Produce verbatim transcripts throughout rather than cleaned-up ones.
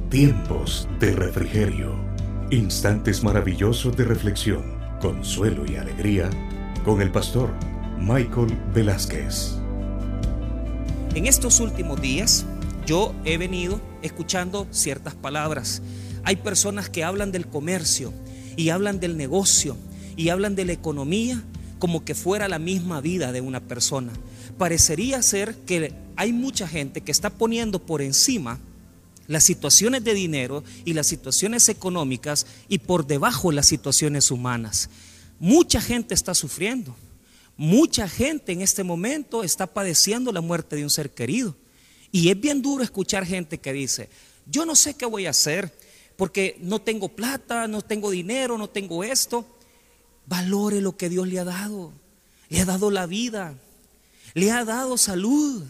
Tiempos de refrigerio. Instantes maravillosos de reflexión, consuelo y alegría con el pastor Michael Velázquez. En estos últimos días yo he venido escuchando ciertas palabras. Hay personas que hablan del comercio y hablan del negocio y hablan de la economía como que fuera la misma vida de una persona. Parecería ser que hay mucha gente que está poniendo por encima las situaciones de dinero y las situaciones económicas y por debajo las situaciones humanas. Mucha gente está sufriendo. Mucha gente en este momento está padeciendo la muerte de un ser querido. Y es bien duro escuchar gente que dice: yo no sé qué voy a hacer porque no tengo plata, no tengo dinero, no tengo esto. Valore lo que Dios le ha dado. Le ha dado la vida, le ha dado salud.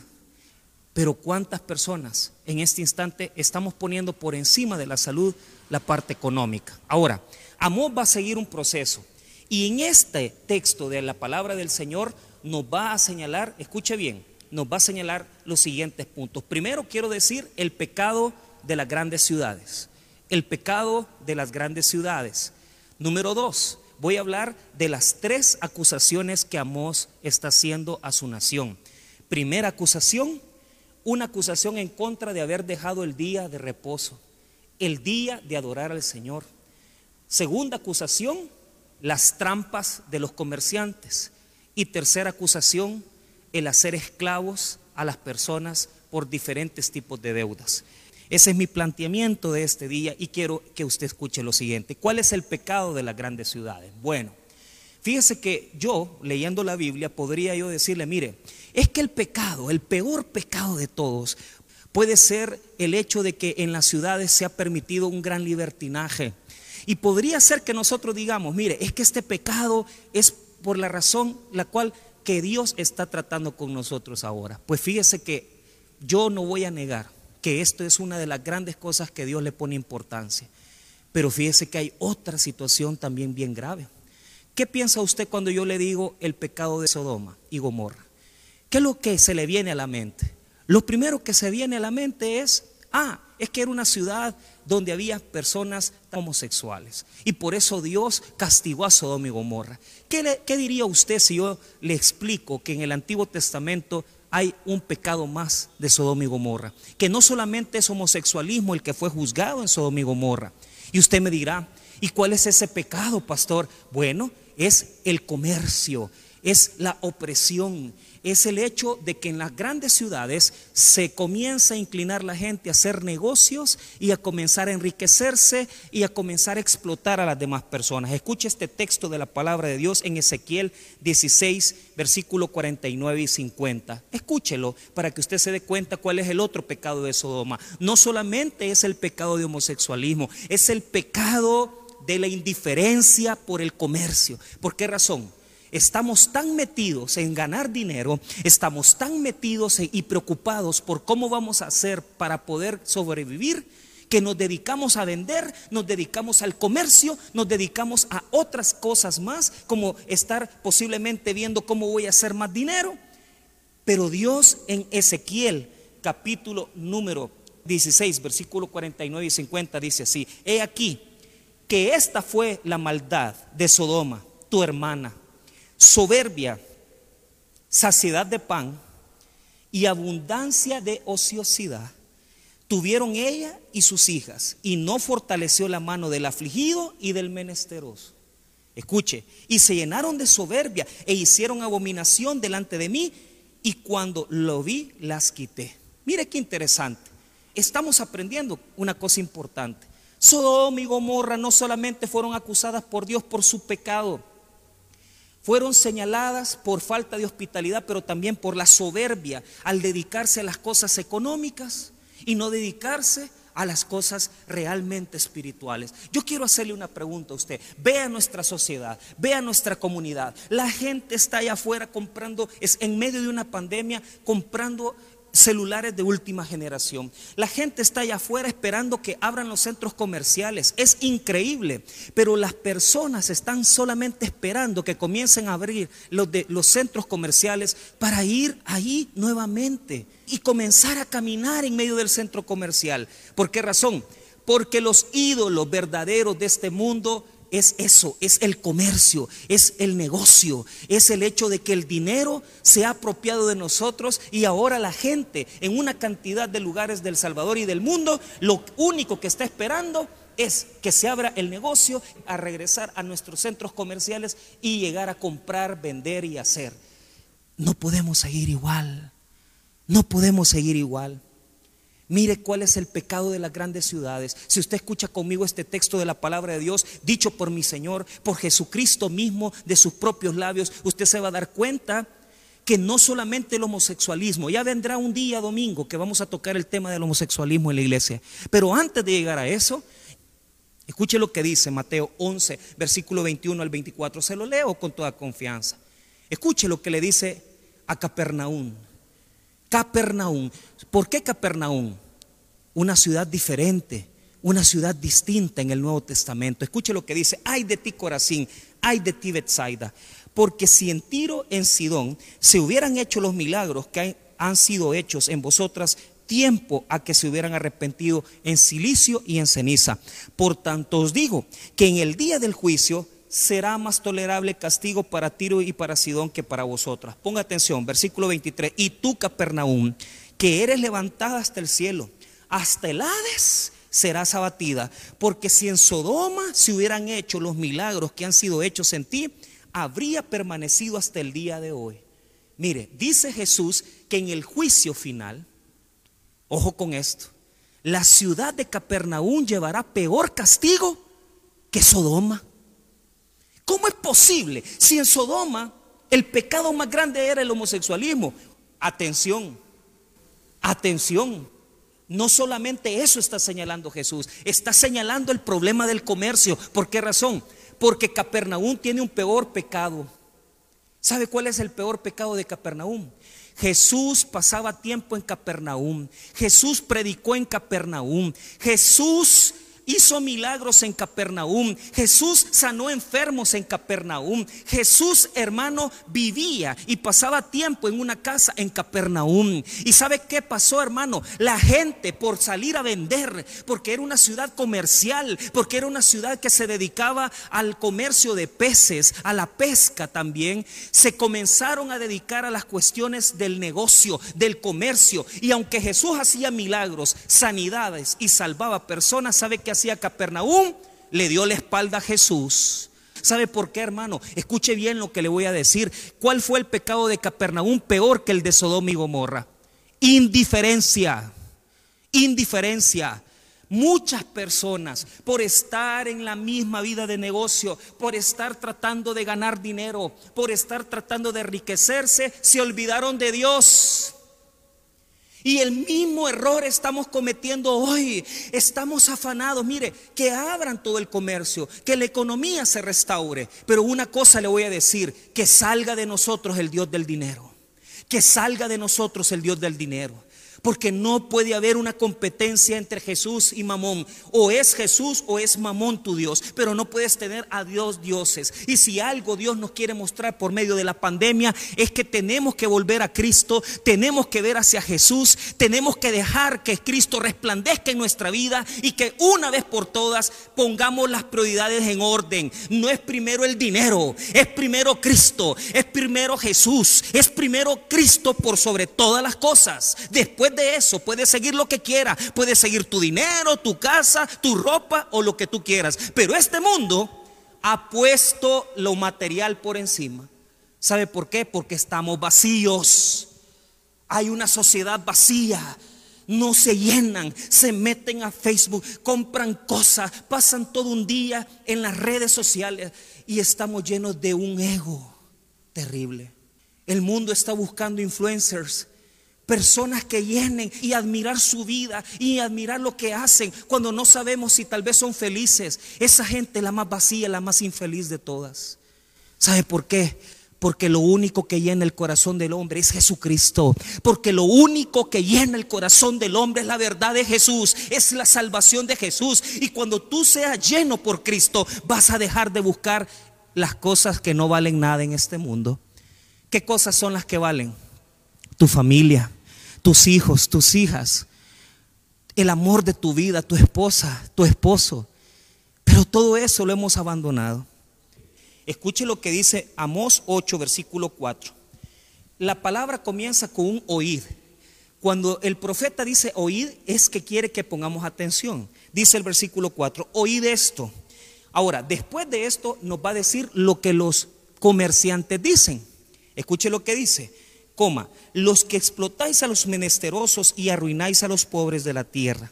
Pero ¿cuántas personas en este instante estamos poniendo por encima de la salud la parte económica? Ahora, Amós va a seguir un proceso. Y en este texto de la palabra del Señor nos va a señalar, escuche bien, nos va a señalar los siguientes puntos. Primero quiero decir el pecado de las grandes ciudades. El pecado de las grandes ciudades. Número dos, voy a hablar de las tres acusaciones que Amós está haciendo a su nación. Primera acusación, una acusación en contra de haber dejado el día de reposo, el día de adorar al Señor. Segunda acusación, las trampas de los comerciantes. Y tercera acusación, el hacer esclavos a las personas por diferentes tipos de deudas. Ese es mi planteamiento de este día y quiero que usted escuche lo siguiente. ¿Cuál es el pecado de las grandes ciudades? Bueno, fíjese que yo, leyendo la Biblia, podría yo decirle: mire, es que el pecado, el peor pecado de todos, puede ser el hecho de que en las ciudades se ha permitido un gran libertinaje. Y podría ser que nosotros digamos: mire, es que este pecado es por la razón la cual que Dios está tratando con nosotros ahora. Pues fíjese que yo no voy a negar que esto es una de las grandes cosas que Dios le pone importancia. Pero fíjese que hay otra situación también bien grave. ¿Qué piensa usted cuando yo le digo el pecado de Sodoma y Gomorra? ¿Qué es lo que se le viene a la mente? Lo primero que se viene a la mente es, ah, es que era una ciudad donde había personas homosexuales y por eso Dios castigó a Sodoma y Gomorra. ¿Qué, le, qué diría usted si yo le explico que en el Antiguo Testamento hay un pecado más de Sodoma y Gomorra? Que no solamente es homosexualismo el que fue juzgado en Sodoma y Gomorra. Y usted me dirá: ¿y cuál es ese pecado, pastor? Bueno, es el comercio, es la opresión, es el hecho de que en las grandes ciudades se comienza a inclinar la gente a hacer negocios y a comenzar a enriquecerse y a comenzar a explotar a las demás personas. Escuche este texto de la palabra de Dios en Ezequiel dieciséis, versículo cuarenta y nueve y cincuenta. Escúchelo para que usted se dé cuenta cuál es el otro pecado de Sodoma. No solamente es el pecado de homosexualismo, es el pecado de la indiferencia por el comercio. ¿Por qué razón? Estamos tan metidos en ganar dinero, estamos tan metidos y preocupados por cómo vamos a hacer para poder sobrevivir, que nos dedicamos a vender, nos dedicamos al comercio, nos dedicamos a otras cosas más, como estar posiblemente viendo cómo voy a hacer más dinero. Pero Dios en Ezequiel capítulo número dieciséis, versículo cuarenta y nueve y cincuenta dice así: he aquí que esta fue la maldad de Sodoma, tu hermana. Soberbia, saciedad de pan y abundancia de ociosidad tuvieron ella y sus hijas, y no fortaleció la mano del afligido y del menesteroso. Escuche: y se llenaron de soberbia e hicieron abominación delante de mí, y cuando lo vi las quité. Mire qué interesante. Estamos aprendiendo una cosa importante. Sodoma y Gomorra no solamente fueron acusadas por Dios por su pecado, fueron señaladas por falta de hospitalidad, pero también por la soberbia al dedicarse a las cosas económicas y no dedicarse a las cosas realmente espirituales. Yo quiero hacerle una pregunta a usted. Vea nuestra sociedad, vea nuestra comunidad. La gente está allá afuera comprando, es en medio de una pandemia, comprando celulares de última generación. La gente está allá afuera esperando que abran los centros comerciales. Es increíble, pero las personas están solamente esperando que comiencen a abrir los, de, los centros comerciales para ir ahí nuevamente y comenzar a caminar en medio del centro comercial. ¿Por qué razón? Porque los ídolos verdaderos de este mundo es eso, es el comercio, es el negocio, es el hecho de que el dinero se ha apropiado de nosotros y ahora la gente en una cantidad de lugares del Salvador y del mundo, lo único que está esperando es que se abra el negocio, a regresar a nuestros centros comerciales y llegar a comprar, vender y hacer. No podemos seguir igual, no podemos seguir igual. Mire cuál es el pecado de las grandes ciudades. Si usted escucha conmigo este texto de la palabra de Dios, dicho por mi Señor, por Jesucristo mismo, de sus propios labios, usted se va a dar cuenta que no solamente el homosexualismo, ya vendrá un día domingo que vamos a tocar el tema del homosexualismo en la iglesia, pero antes de llegar a eso, escuche lo que dice Mateo once, versículo veintiuno al veinticuatro, se lo leo con toda confianza. Escuche lo que le dice a Capernaum. Capernaum. ¿Por qué Capernaum? Una ciudad diferente, una ciudad distinta en el Nuevo Testamento. Escuche lo que dice: ay de ti Corazín, ay de ti Betsaida, porque si en Tiro, en Sidón, se hubieran hecho los milagros que han sido hechos en vosotras, tiempo a que se hubieran arrepentido en cilicio y en ceniza. Por tanto os digo que en el día del juicio será más tolerable castigo para Tiro y para Sidón que para vosotras. Ponga atención, versículo veintitrés. Y tú, Capernaum, que eres levantada hasta el cielo, hasta el Hades serás abatida, porque si en Sodoma se hubieran hecho los milagros que han sido hechos en ti, habría permanecido hasta el día de hoy. Mire, dice Jesús que en el juicio final, ojo con esto, la ciudad de Capernaum llevará peor castigo que Sodoma. ¿Cómo es posible? Si en Sodoma el pecado más grande era el homosexualismo. Atención, atención. No solamente eso está señalando Jesús, está señalando el problema del comercio. ¿Por qué razón? Porque Capernaum tiene un peor pecado. ¿Sabe cuál es el peor pecado de Capernaum? Jesús pasaba tiempo en Capernaum. Jesús predicó en Capernaum. Jesús hizo milagros en Capernaum. Jesús sanó enfermos en Capernaum. Jesús, hermano, vivía y pasaba tiempo en una casa en Capernaum. ¿Y sabe qué pasó, hermano? La gente, por salir a vender, porque era una ciudad comercial, porque era una ciudad que se dedicaba al comercio de peces, a la pesca también, se comenzaron a dedicar a las cuestiones del negocio, del comercio. Y aunque Jesús hacía milagros, sanidades y salvaba personas, ¿sabe qué hacía Capernaum? Le dio la espalda a Jesús. ¿Sabe por qué, hermano? Escuche bien lo que le voy a decir. ¿Cuál fue el pecado de Capernaum peor que el de Sodoma y Gomorra? Indiferencia. Indiferencia. Muchas personas, por estar en la misma vida de negocio, por estar tratando de ganar dinero, por estar tratando de enriquecerse, se olvidaron de Dios. Y el mismo error estamos cometiendo hoy. Estamos afanados. Mire, que abran todo el comercio, que la economía se restaure. Pero una cosa le voy a decir: que salga de nosotros el Dios del dinero. Que salga de nosotros el Dios del dinero. Porque no puede haber una competencia entre Jesús y Mamón. O es Jesús o es Mamón tu Dios. Pero no puedes tener a Dios dioses. Y si algo Dios nos quiere mostrar por medio de la pandemia, es que tenemos que volver a Cristo. Tenemos que ver hacia Jesús. Tenemos que dejar que Cristo resplandezca en nuestra vida. Y que una vez por todas pongamos las prioridades en orden. No es primero el dinero, es primero Cristo. Es primero Jesús. Es primero Cristo por sobre todas las cosas. Después de eso puedes seguir lo que quieras, puedes seguir tu dinero, tu casa, tu ropa o lo que tú quieras, pero este mundo ha puesto lo material por encima. ¿Sabe por qué? Porque estamos vacíos. Hay una sociedad vacía. No se llenan, se meten a Facebook, compran cosas, pasan todo un día en las redes sociales y estamos llenos de un ego terrible. El mundo está buscando influencers, personas que llenen y admirar su vida y admirar lo que hacen cuando no sabemos si tal vez son felices. Esa gente es la más vacía, la más infeliz de todas. ¿Sabe por qué? Porque lo único que llena el corazón del hombre es Jesucristo. Porque lo único que llena el corazón del hombre es la verdad de Jesús, es la salvación de Jesús. Y cuando tú seas lleno por Cristo, vas a dejar de buscar las cosas que no valen nada en este mundo. ¿Qué cosas son las que valen? Tu familia, tus hijos, tus hijas, el amor de tu vida, tu esposa, tu esposo. Pero todo eso lo hemos abandonado. Escuche lo que dice Amós ocho, versículo cuatro. La palabra comienza con un oíd. Cuando el profeta dice oíd, es que quiere que pongamos atención. Dice el versículo cuatro, oíd esto. Ahora, después de esto nos va a decir lo que los comerciantes dicen. Escuche lo que dice, coma, los que explotáis a los menesterosos y arruináis a los pobres de la tierra.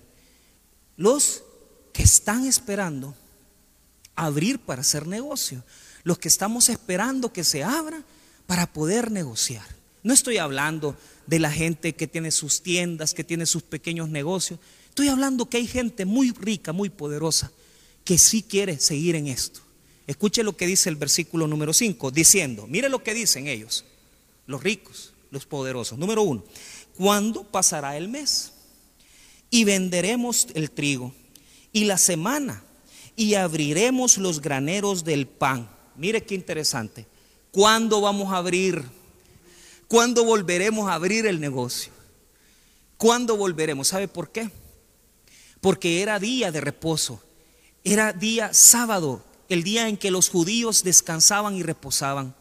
Los que están esperando abrir para hacer negocio. Los que estamos esperando que se abra para poder negociar. No estoy hablando de la gente que tiene sus tiendas, que tiene sus pequeños negocios. Estoy hablando que hay gente muy rica, muy poderosa, que sí quiere seguir en esto. Escuche lo que dice el versículo número cinco, diciendo, mire lo que dicen ellos, los ricos, los poderosos. Número uno, ¿cuándo pasará el mes? Y venderemos el trigo y la semana y abriremos los graneros del pan. Mire qué interesante. ¿Cuándo vamos a abrir? ¿Cuándo volveremos a abrir el negocio? ¿Cuándo volveremos? ¿Sabe por qué? Porque era día de reposo. Era día sábado, el día en que los judíos descansaban y reposaban.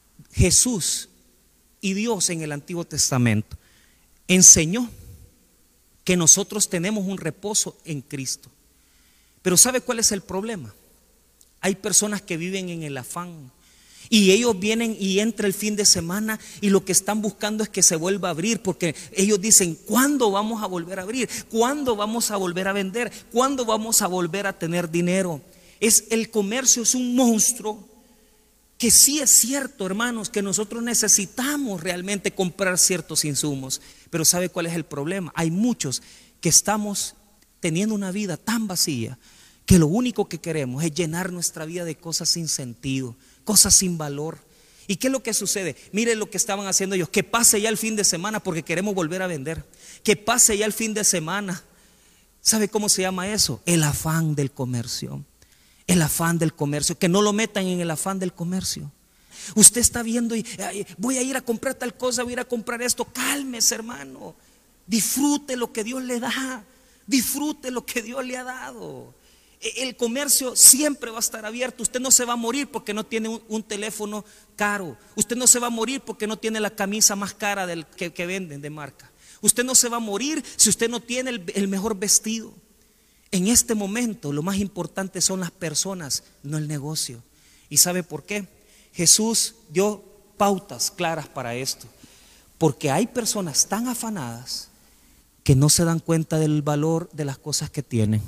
Jesús y Dios en el Antiguo Testamento enseñó que nosotros tenemos un reposo en Cristo. Pero ¿sabe cuál es el problema? Hay personas que viven en el afán y ellos vienen y entra el fin de semana y lo que están buscando es que se vuelva a abrir, porque ellos dicen, ¿cuándo vamos a volver a abrir? ¿Cuándo vamos a volver a vender? ¿Cuándo vamos a volver a tener dinero? Es el comercio, es un monstruo que sí es cierto, hermanos, que nosotros necesitamos realmente comprar ciertos insumos. Pero ¿sabe cuál es el problema? Hay muchos que estamos teniendo una vida tan vacía que lo único que queremos es llenar nuestra vida de cosas sin sentido, cosas sin valor. ¿Y qué es lo que sucede? Mire lo que estaban haciendo ellos, que pase ya el fin de semana porque queremos volver a vender, que pase ya el fin de semana. ¿Sabe cómo se llama eso? El afán del comercio. El afán del comercio, que no lo metan en el afán del comercio. Usted está viendo y ay, voy a ir a comprar tal cosa, voy a ir a comprar esto. Cálmese, hermano. Disfrute lo que Dios le da. Disfrute lo que Dios le ha dado. El comercio siempre va a estar abierto. Usted no se va a morir porque no tiene un, un teléfono caro. Usted no se va a morir porque no tiene la camisa más cara del, que, que venden de marca. Usted no se va a morir si usted no tiene el, el mejor vestido. En este momento lo más importante son las personas, no el negocio. ¿Y sabe por qué? Jesús dio pautas claras para esto. Porque hay personas tan afanadas que no se dan cuenta del valor de las cosas que tienen.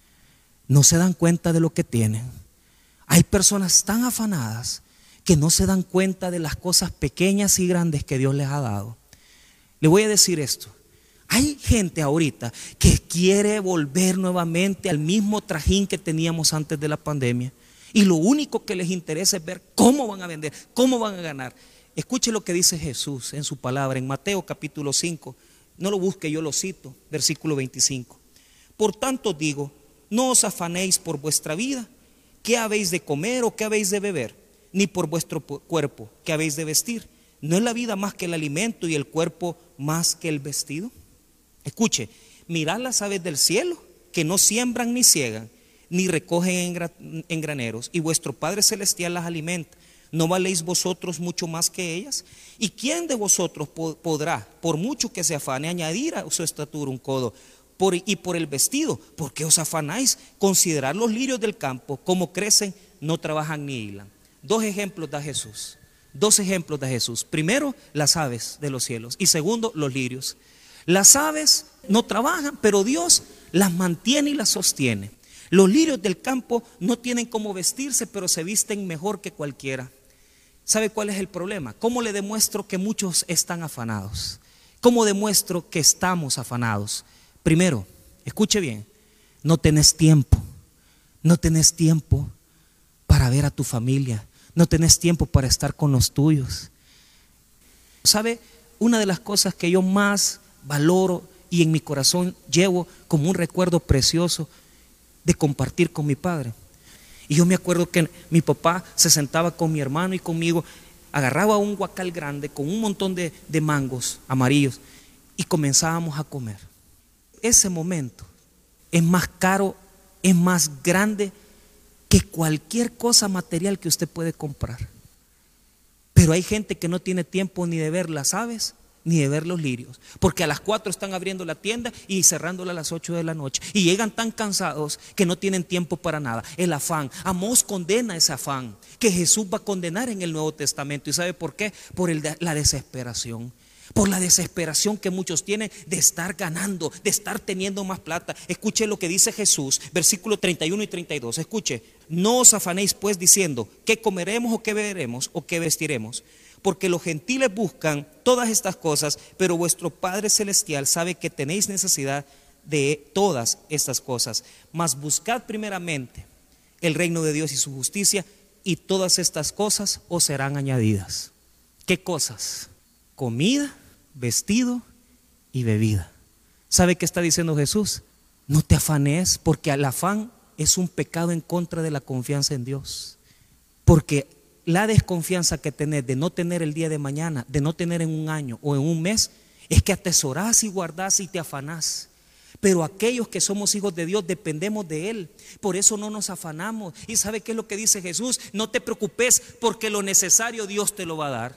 No se dan cuenta de lo que tienen. Hay personas tan afanadas que no se dan cuenta de las cosas pequeñas y grandes que Dios les ha dado. Le voy a decir esto. Hay gente ahorita que quiere volver nuevamente al mismo trajín que teníamos antes de la pandemia. Y lo único que les interesa es ver cómo van a vender, cómo van a ganar. Escuche lo que dice Jesús en su palabra, en Mateo capítulo cinco. No lo busque, yo lo cito, versículo veinticinco. Por tanto digo, no os afanéis por vuestra vida, qué habéis de comer o qué habéis de beber, ni por vuestro cuerpo, qué habéis de vestir. ¿No es la vida más que el alimento y el cuerpo más que el vestido? Escuche, mirad las aves del cielo, que no siembran ni ciegan, ni recogen en, gra en graneros, y vuestro Padre Celestial las alimenta. ¿No valéis vosotros mucho más que ellas? ¿Y quién de vosotros po podrá, por mucho que se afane, añadir a su estatura un codo? Por, y por el vestido, ¿por qué os afanáis? Considerad los lirios del campo, cómo crecen, no trabajan ni hilan. Dos ejemplos da Jesús. Dos ejemplos da Jesús. Primero, las aves de los cielos. Y segundo, los lirios. Las aves no trabajan, pero Dios las mantiene y las sostiene. Los lirios del campo no tienen cómo vestirse, pero se visten mejor que cualquiera. ¿Sabe cuál es el problema? ¿Cómo le demuestro que muchos están afanados? ¿Cómo demuestro que estamos afanados? Primero, escuche bien, no tenés tiempo, no tenés tiempo para ver a tu familia, no tenés tiempo para estar con los tuyos. ¿Sabe? Una de las cosas que yo más valoro y en mi corazón llevo como un recuerdo precioso de compartir con mi padre. Y yo me acuerdo que mi papá se sentaba con mi hermano y conmigo, agarraba un guacal grande con un montón de, de mangos amarillos y comenzábamos a comer. ese momento es más caro, es más grande que cualquier cosa material que usted puede comprar. Pero hay gente que no tiene tiempo ni de ver las aves ni de ver los lirios, porque a las cuatro están abriendo la tienda y cerrándola a las ocho de la noche, y llegan tan cansados que no tienen tiempo para nada. El afán, Amós condena ese afán que Jesús va a condenar en el Nuevo Testamento. ¿Y sabe por qué? Por el de, la desesperación. Por la desesperación que muchos tienen de estar ganando, de estar teniendo más plata. Escuche lo que dice Jesús, versículos treinta y uno y treinta y dos. Escuche: no os afanéis pues diciendo, ¿qué comeremos o qué beberemos o qué vestiremos? Porque los gentiles buscan todas estas cosas, pero vuestro Padre Celestial sabe que tenéis necesidad de todas estas cosas. Mas buscad primeramente el reino de Dios y su justicia, y todas estas cosas os serán añadidas. ¿Qué cosas? Comida, vestido y bebida. ¿Sabe qué está diciendo Jesús? No te afanes, porque el afán es un pecado en contra de la confianza en Dios. Porque la desconfianza que tenés de no tener el día de mañana, de no tener en un año o en un mes, es que atesorás y guardás y te afanás. Pero aquellos que somos hijos de Dios dependemos de Él, por eso no nos afanamos. ¿Y sabe qué es lo que dice Jesús? No te preocupes, porque lo necesario Dios te lo va a dar.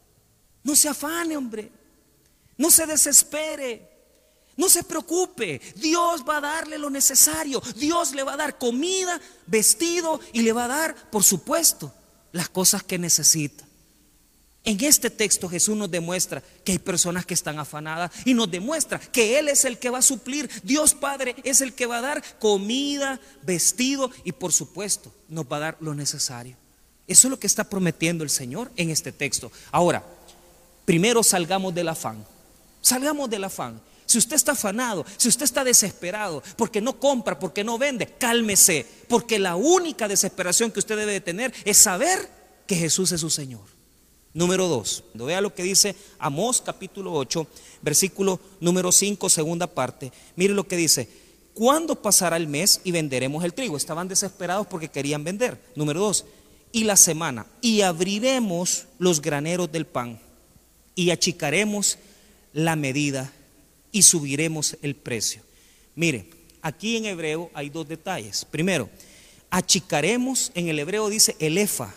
No se afane, hombre, no se desespere, no se preocupe. Dios va a darle lo necesario. Dios le va a dar comida, vestido, y le va a dar, por supuesto, las cosas que necesita. En este texto Jesús nos demuestra que hay personas que están afanadas, y nos demuestra que Él es el que va a suplir. Dios Padre es el que va a dar comida, vestido, y por supuesto nos va a dar lo necesario. Eso es lo que está prometiendo el Señor en este texto. Ahora, primero salgamos del afán. Salgamos del afán. Si usted está afanado, si usted está desesperado porque no compra, porque no vende, cálmese, porque la única desesperación que usted debe de tener es saber que Jesús es su Señor. Número dos, vea lo que dice Amós capítulo ocho, versículo número cinco, segunda parte. Mire lo que dice: ¿cuándo pasará el mes y venderemos el trigo? Estaban desesperados porque querían vender. Número dos, y la semana, y abriremos los graneros del pan, y achicaremos la medida, y subiremos el precio. Mire, aquí en hebreo hay dos detalles. Primero, achicaremos, en el hebreo dice el efa.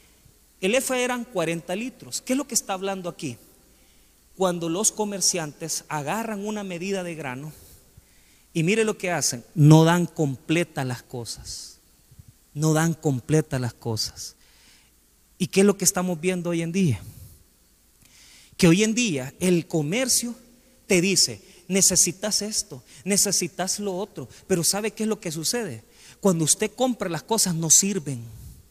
El efa eran cuarenta litros. ¿Qué es lo que está hablando aquí? Cuando los comerciantes agarran una medida de grano, y mire lo que hacen: no dan completas las cosas. No dan completas las cosas. ¿Y qué es lo que estamos viendo hoy en día? Que hoy en día el comercio te dice: necesitas esto, necesitas lo otro. Pero ¿sabe qué es lo que sucede? Cuando usted compra, las cosas no sirven.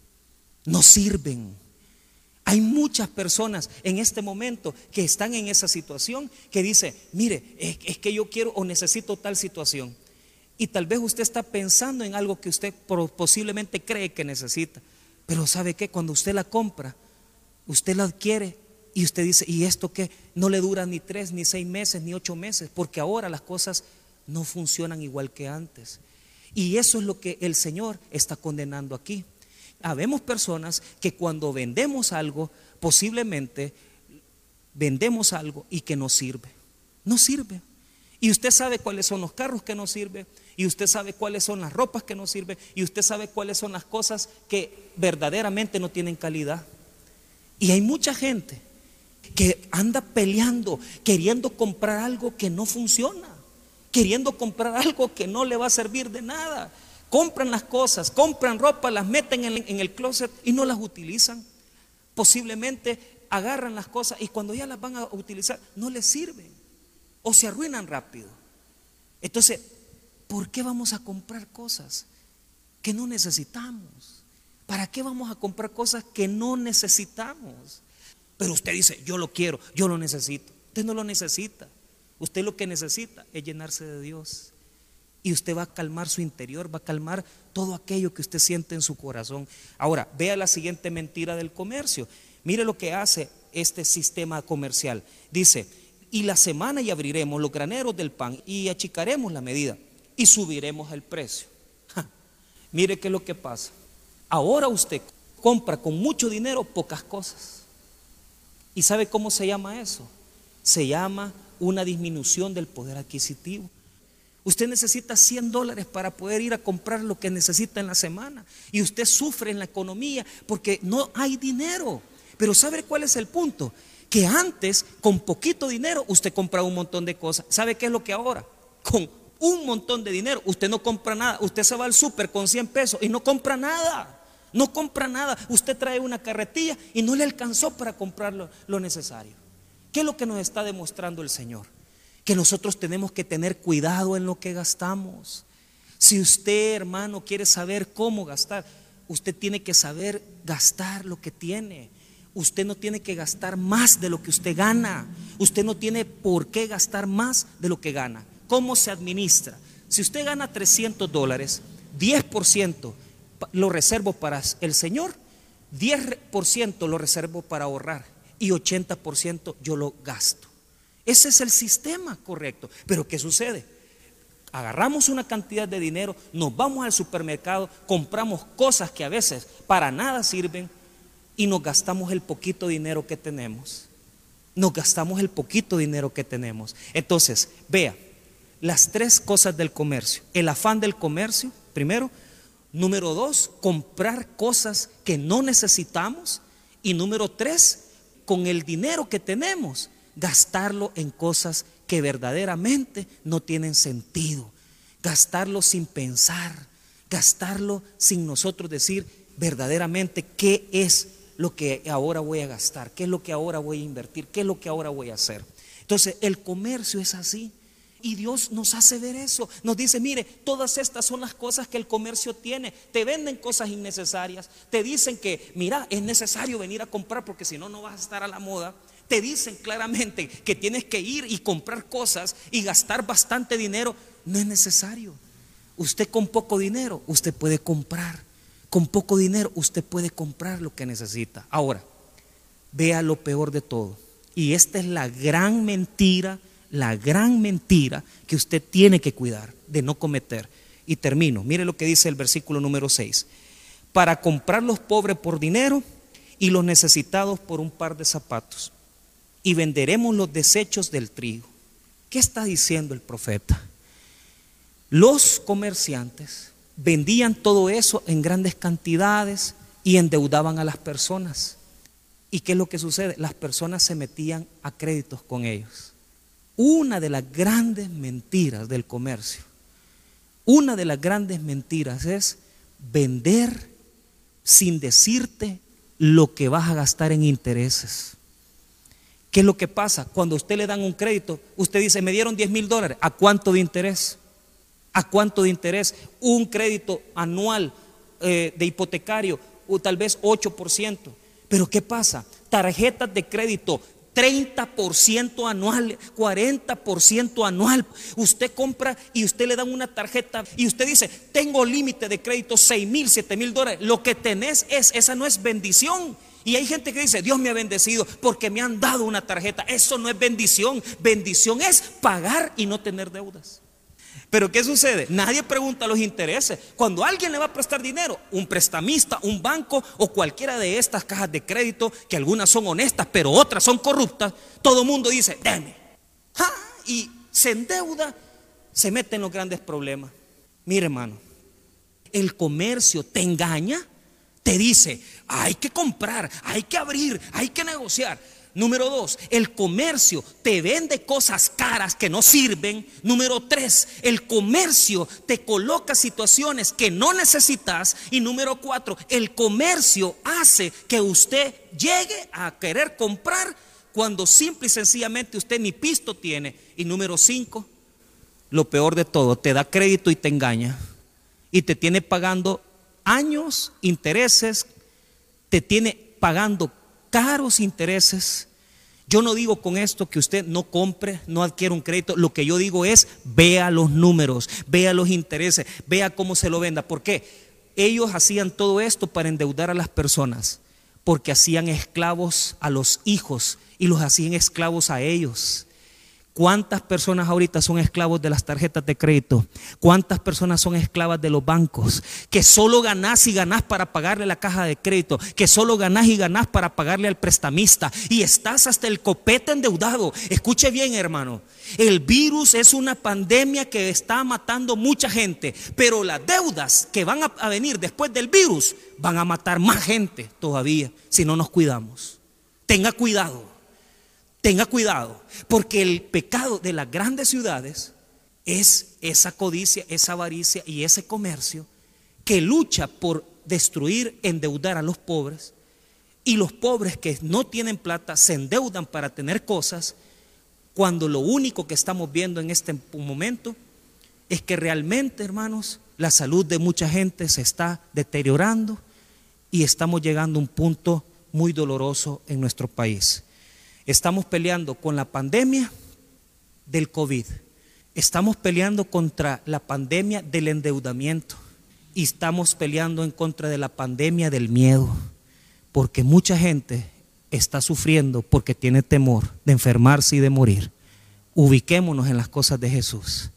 No sirven. Hay muchas personas en este momento que están en esa situación, que dice: mire, es, es que yo quiero o necesito tal situación. Y tal vez usted está pensando en algo que usted posiblemente cree que necesita. Pero ¿sabe qué? Cuando usted la compra, usted la adquiere, y usted dice: ¿y esto qué? No le dura ni tres, ni seis meses, ni ocho meses, porque ahora las cosas no funcionan igual que antes. Y eso es lo que el Señor está condenando aquí. Habemos personas que cuando vendemos algo, posiblemente vendemos algo y que no sirve. No sirve. Y usted sabe cuáles son los carros que no sirven, y usted sabe cuáles son las ropas que no sirven, y usted sabe cuáles son las cosas que verdaderamente no tienen calidad. Y hay mucha gente que anda peleando, queriendo comprar algo que no funciona, queriendo comprar algo que no le va a servir de nada. Compran las cosas, compran ropa, las meten en, en el closet y no las utilizan. Posiblemente agarran las cosas y cuando ya las van a utilizar no les sirven o se arruinan rápido. Entonces, ¿por qué vamos a comprar cosas que no necesitamos? ¿Para qué vamos a comprar cosas que no necesitamos? Pero usted dice: yo lo quiero, yo lo necesito. Usted no lo necesita. Usted lo que necesita es llenarse de Dios. Y usted va a calmar su interior, va a calmar todo aquello que usted siente en su corazón. Ahora, vea la siguiente mentira del comercio. Mire lo que hace este sistema comercial. Dice: y la semana y abriremos los graneros del pan, y achicaremos la medida, y subiremos el precio. Ja, mire qué es lo que pasa. Ahora usted compra con mucho dinero pocas cosas. ¿Y sabe cómo se llama eso? Se llama una disminución del poder adquisitivo. Usted necesita cien dólares para poder ir a comprar lo que necesita en la semana. Y usted sufre en la economía porque no hay dinero. Pero ¿sabe cuál es el punto? Que antes, con poquito dinero, usted compraba un montón de cosas. ¿Sabe qué es lo que ahora? Con un montón de dinero, usted no compra nada. Usted se va al súper con cien pesos y no compra nada. No compra nada. Usted trae una carretilla y no le alcanzó para comprar lo, lo necesario. ¿Qué es lo que nos está demostrando el Señor? Que nosotros tenemos que tener cuidado en lo que gastamos. Si usted, hermano, quiere saber cómo gastar, usted tiene que saber gastar lo que tiene. Usted no tiene que gastar más de lo que usted gana. Usted no tiene por qué gastar más de lo que gana. ¿Cómo se administra? Si usted gana trescientos dólares, diez por ciento lo reservo para el Señor, diez por ciento lo reservo para ahorrar y ochenta por ciento yo lo gasto. Ese es el sistema correcto. Pero ¿qué sucede? Agarramos una cantidad de dinero, nos vamos al supermercado, compramos cosas que a veces para nada sirven y nos gastamos el poquito dinero que tenemos. Nos gastamos el poquito dinero que tenemos. Entonces, vea, las tres cosas del comercio. El afán del comercio, primero. Número dos, comprar cosas que no necesitamos. Y número tres, con el dinero que tenemos, gastarlo en cosas que verdaderamente no tienen sentido. Gastarlo sin pensar, gastarlo sin nosotros decir verdaderamente qué es lo que ahora voy a gastar, qué es lo que ahora voy a invertir, qué es lo que ahora voy a hacer. Entonces el comercio es así y Dios nos hace ver eso. Nos dice, mire, todas estas son las cosas que el comercio tiene. Te venden cosas innecesarias, te dicen que mira, es necesario venir a comprar porque si no, no vas a estar a la moda. Te dicen claramente que tienes que ir y comprar cosas y gastar bastante dinero. No es necesario. Usted con poco dinero, usted puede comprar. Con poco dinero, usted puede comprar lo que necesita. Ahora, vea lo peor de todo. Y esta es la gran mentira, la gran mentira que usted tiene que cuidar de no cometer. Y termino. Mire lo que dice el versículo número seis. Para comprar los pobres por dinero y los necesitados por un par de zapatos. Y venderemos los desechos del trigo. ¿Qué está diciendo el profeta? Los comerciantes vendían todo eso en grandes cantidades y endeudaban a las personas. ¿Y qué es lo que sucede? Las personas se metían a créditos con ellos. Una de las grandes mentiras del comercio, una de las grandes mentiras es vender sin decirte lo que vas a gastar en intereses. ¿Qué es lo que pasa? Cuando a usted le dan un crédito, usted dice, me dieron diez mil dólares. ¿A cuánto de interés? ¿A cuánto de interés? Un crédito anual eh, de hipotecario, o tal vez ocho por ciento. Pero ¿qué pasa? Tarjetas de crédito, treinta por ciento anual, cuarenta por ciento anual. Usted compra y usted le dan una tarjeta y usted dice, tengo límite de crédito seis mil, siete mil dólares. Lo que tenés es, esa no es bendición. Y hay gente que dice, Dios me ha bendecido porque me han dado una tarjeta. Eso no es bendición. Bendición es pagar y no tener deudas. Pero ¿qué sucede? Nadie pregunta los intereses. Cuando alguien le va a prestar dinero, un prestamista, un banco o cualquiera de estas cajas de crédito, que algunas son honestas pero otras son corruptas, todo el mundo dice, deme. ¡Ja! Y se endeuda, se mete en los grandes problemas. Mire, hermano, el comercio te engaña, te dice, hay que comprar, hay que abrir, hay que negociar. Número dos, el comercio te vende cosas caras que no sirven. Número tres, el comercio te coloca situaciones que no necesitas. Y número cuatro, el comercio hace que usted llegue a querer comprar cuando simple y sencillamente usted ni pisto tiene. Y número cinco, lo peor de todo, te da crédito y te engaña. Y te tiene pagando años, intereses, te tiene pagando caros intereses. Yo no digo con esto que usted no compre, no adquiera un crédito. Lo que yo digo es, vea los números, vea los intereses, vea cómo se lo venda. ¿Por qué? Ellos hacían todo esto para endeudar a las personas, porque hacían esclavos a los hijos y los hacían esclavos a ellos. ¿Cuántas personas ahorita son esclavos de las tarjetas de crédito? ¿Cuántas personas son esclavas de los bancos? Que solo ganás y ganás para pagarle la caja de crédito, que solo ganás y ganás para pagarle al prestamista, y estás hasta el copete endeudado. Escuche bien, hermano, el virus es una pandemia que está matando mucha gente, pero las deudas que van a, a venir después del virus van a matar más gente todavía si no nos cuidamos. Tenga cuidado. Tenga cuidado, porque el pecado de las grandes ciudades es esa codicia, esa avaricia y ese comercio que lucha por destruir, endeudar a los pobres, y los pobres que no tienen plata se endeudan para tener cosas, cuando lo único que estamos viendo en este momento es que realmente, hermanos, la salud de mucha gente se está deteriorando y estamos llegando a un punto muy doloroso en nuestro país. Estamos peleando con la pandemia del COVID. Estamos peleando contra la pandemia del endeudamiento. Y estamos peleando en contra de la pandemia del miedo. Porque mucha gente está sufriendo porque tiene temor de enfermarse y de morir. Ubiquémonos en las cosas de Jesús.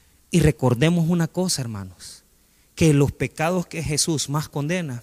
Y recordemos una cosa, hermanos. Que los pecados que Jesús más condena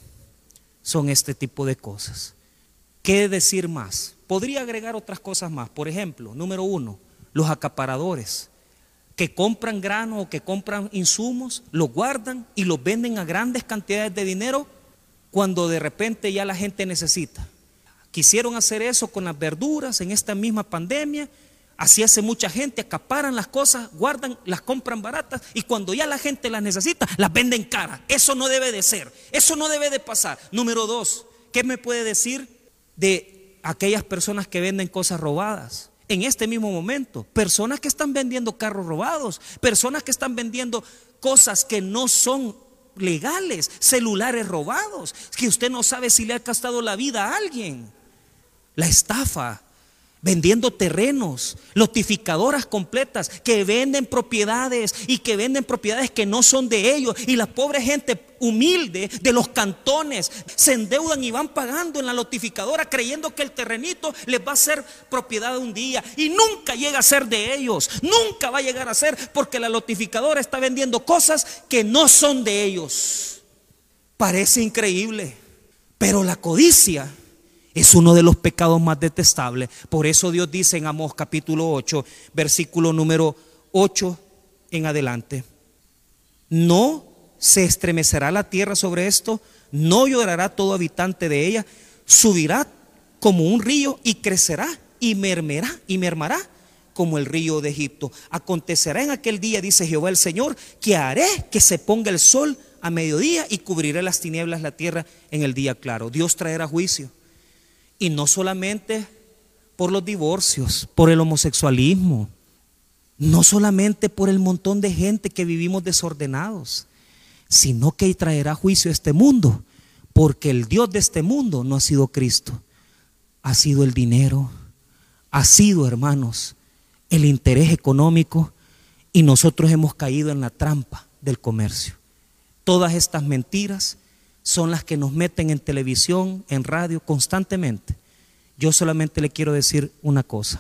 son este tipo de cosas. ¿Qué decir más? Podría agregar otras cosas más. Por ejemplo, número uno, los acaparadores que compran grano o que compran insumos, los guardan y los venden a grandes cantidades de dinero cuando de repente ya la gente necesita. Quisieron hacer eso con las verduras en esta misma pandemia. Así hace mucha gente, acaparan las cosas, guardan, las compran baratas y cuando ya la gente las necesita, las venden caras. Eso no debe de ser, eso no debe de pasar. Número dos, ¿qué me puede decir de aquellas personas que venden cosas robadas? En este mismo momento, personas que están vendiendo carros robados, personas que están vendiendo cosas que no son legales, celulares robados, que usted no sabe si le ha costado la vida a alguien. La estafa, vendiendo terrenos, lotificadoras completas que venden propiedades y que venden propiedades que no son de ellos, y la pobre gente humilde de los cantones se endeudan y van pagando en la lotificadora creyendo que el terrenito les va a ser propiedad un día, y nunca llega a ser de ellos, nunca va a llegar a ser, porque la lotificadora está vendiendo cosas que no son de ellos. Parece increíble, pero la codicia es uno de los pecados más detestables. Por eso Dios dice en Amós capítulo ocho, versículo número ocho en adelante: no se estremecerá la tierra sobre esto, no llorará todo habitante de ella, subirá como un río y crecerá y mermerá y mermará como el río de Egipto. Acontecerá en aquel día, dice Jehová el Señor, que haré que se ponga el sol a mediodía y cubriré las tinieblas la tierra en el día claro. Dios traerá juicio. Y no solamente por los divorcios, por el homosexualismo, no solamente por el montón de gente que vivimos desordenados, sino que traerá juicio a este mundo, porque el Dios de este mundo no ha sido Cristo, ha sido el dinero, ha sido, hermanos, el interés económico, y nosotros hemos caído en la trampa del comercio. Todas estas mentiras son las que nos meten en televisión, en radio, constantemente. Yo solamente le quiero decir una cosa: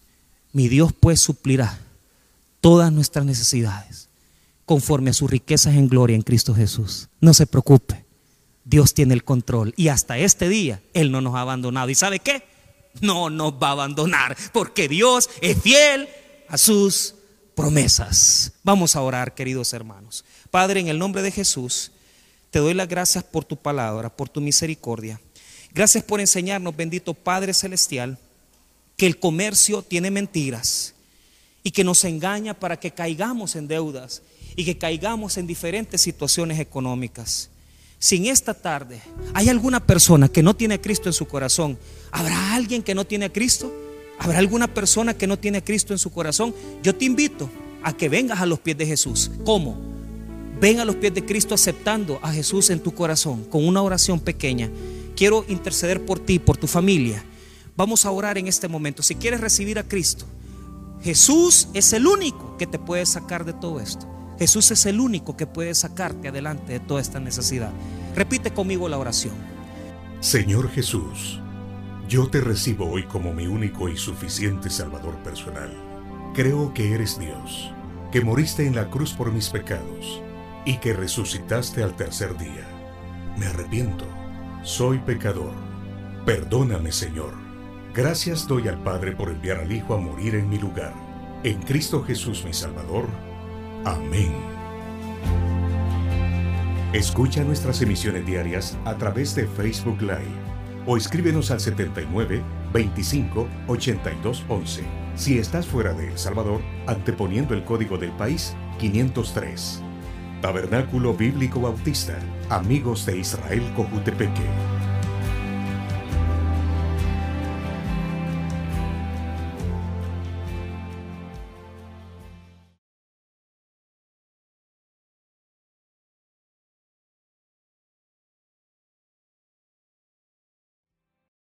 mi Dios pues suplirá todas nuestras necesidades conforme a sus riquezas en gloria en Cristo Jesús. No se preocupe, Dios tiene el control, y hasta este día Él no nos ha abandonado. ¿Y sabe qué? No nos va a abandonar, porque Dios es fiel a sus promesas. Vamos a orar, queridos hermanos. Padre, en el nombre de Jesús, te doy las gracias por tu palabra, por tu misericordia. Gracias por enseñarnos, bendito Padre Celestial, que el comercio tiene mentiras y que nos engaña para que caigamos en deudas y que caigamos en diferentes situaciones económicas. Si en esta tarde hay alguna persona que no tiene a Cristo en su corazón, ¿habrá alguien que no tiene a Cristo? ¿Habrá alguna persona que no tiene a Cristo en su corazón? Yo te invito a que vengas a los pies de Jesús. ¿Cómo? Ven a los pies de Cristo aceptando a Jesús en tu corazón con una oración pequeña. Quiero interceder por ti, por tu familia. Vamos a orar en este momento. Si quieres recibir a Cristo, Jesús es el único que te puede sacar de todo esto. Jesús es el único que puede sacarte adelante de toda esta necesidad. Repite conmigo la oración. Señor Jesús, yo te recibo hoy como mi único y suficiente Salvador personal. Creo que eres Dios, que moriste en la cruz por mis pecados y que resucitaste al tercer día. Me arrepiento, soy pecador. Perdóname, Señor. Gracias doy al Padre por enviar al Hijo a morir en mi lugar. En Cristo Jesús mi Salvador. Amén. Escucha nuestras emisiones diarias a través de Facebook Live o escríbenos al setenta y nueve, veinticinco, ochenta y dos, once. Si estás fuera de El Salvador, anteponiendo el código del país quinientos tres. Tabernáculo Bíblico Bautista, Amigos de Israel Cojutepeque.